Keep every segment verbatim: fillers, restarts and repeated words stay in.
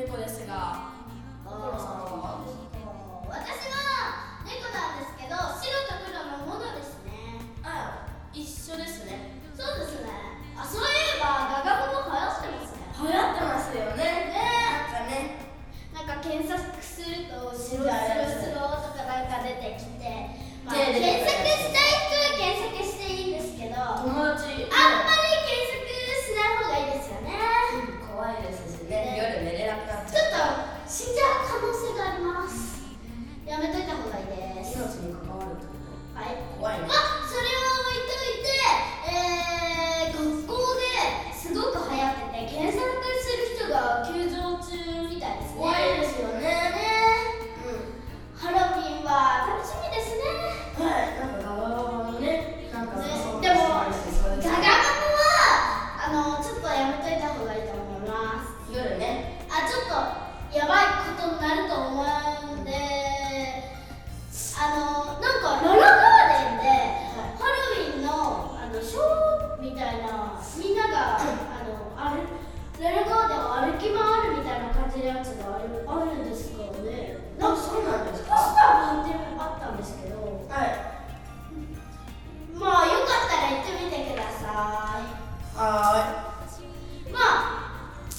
猫ですが、 あコロさんは？ 私は猫なんですけど、白と黒のものですね。 あ、一緒ですね。 そうですね。あ、そういえばガガモも流行ってますね。 流行ってますよね。 ねなんかね、 え、なんか検索するとスロスロスロとかなんか出てきて、まあ、 手検出て索したい人は検索していいんですけど、あんま友達り検索しない方がいいですよね。 怖いですしね、夜寝れなくなっちちょゃう。 っと死んじゃう可能性があります。やめといた方がいいです。 命に関わるってこはい。 と。怖いね。 まあ、それは置いといて、えー、学校ですごく流行ってて、検索する人が急上中みたいですね。 怖いですよね。 ね。 うハロウィンは楽しみですね。 ん。はい、なんかガガガガのね、なんかねそうでもそうですガガガモはあのちょっとやめといた方がいいと思います。 夜ね。 あ、ちょっとやばいことになると思うんで、あのなんかララガーデンでハロウィンのあのショーみたいな、みんながあのあるララガーデンを歩き回るみたいな感じのやつがあるあるんですかね。なんかそうなんですポか。 スターが貼ってあったんですけど、 はい。 まあよかったら行ってみてください。 はまあ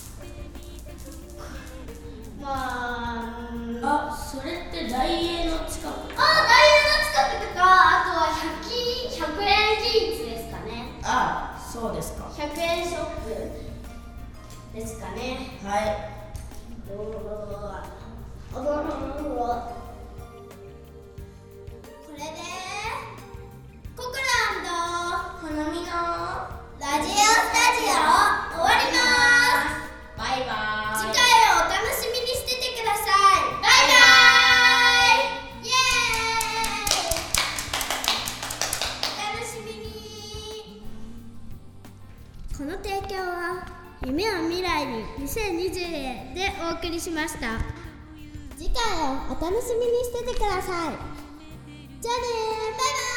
まあ、うん、あ、 ーい。あ、それってダイエーの近く。 ダイエーの近くとか、あとはひゃく均、ひゃくえん均一ですかね。 あ、そうですか。 ひゃくえんショップですかね。 はい。 これでコクランド花見のラジオスタジオ終わります。 バイバーイ。 次回をお楽しみにしててください。バイバーイ。イエーイ。お楽しみに。この提供は夢を未来ににせんにじゅうねんでお送りしました。次回をお楽しみにしててください。じゃあねー、バイバイ。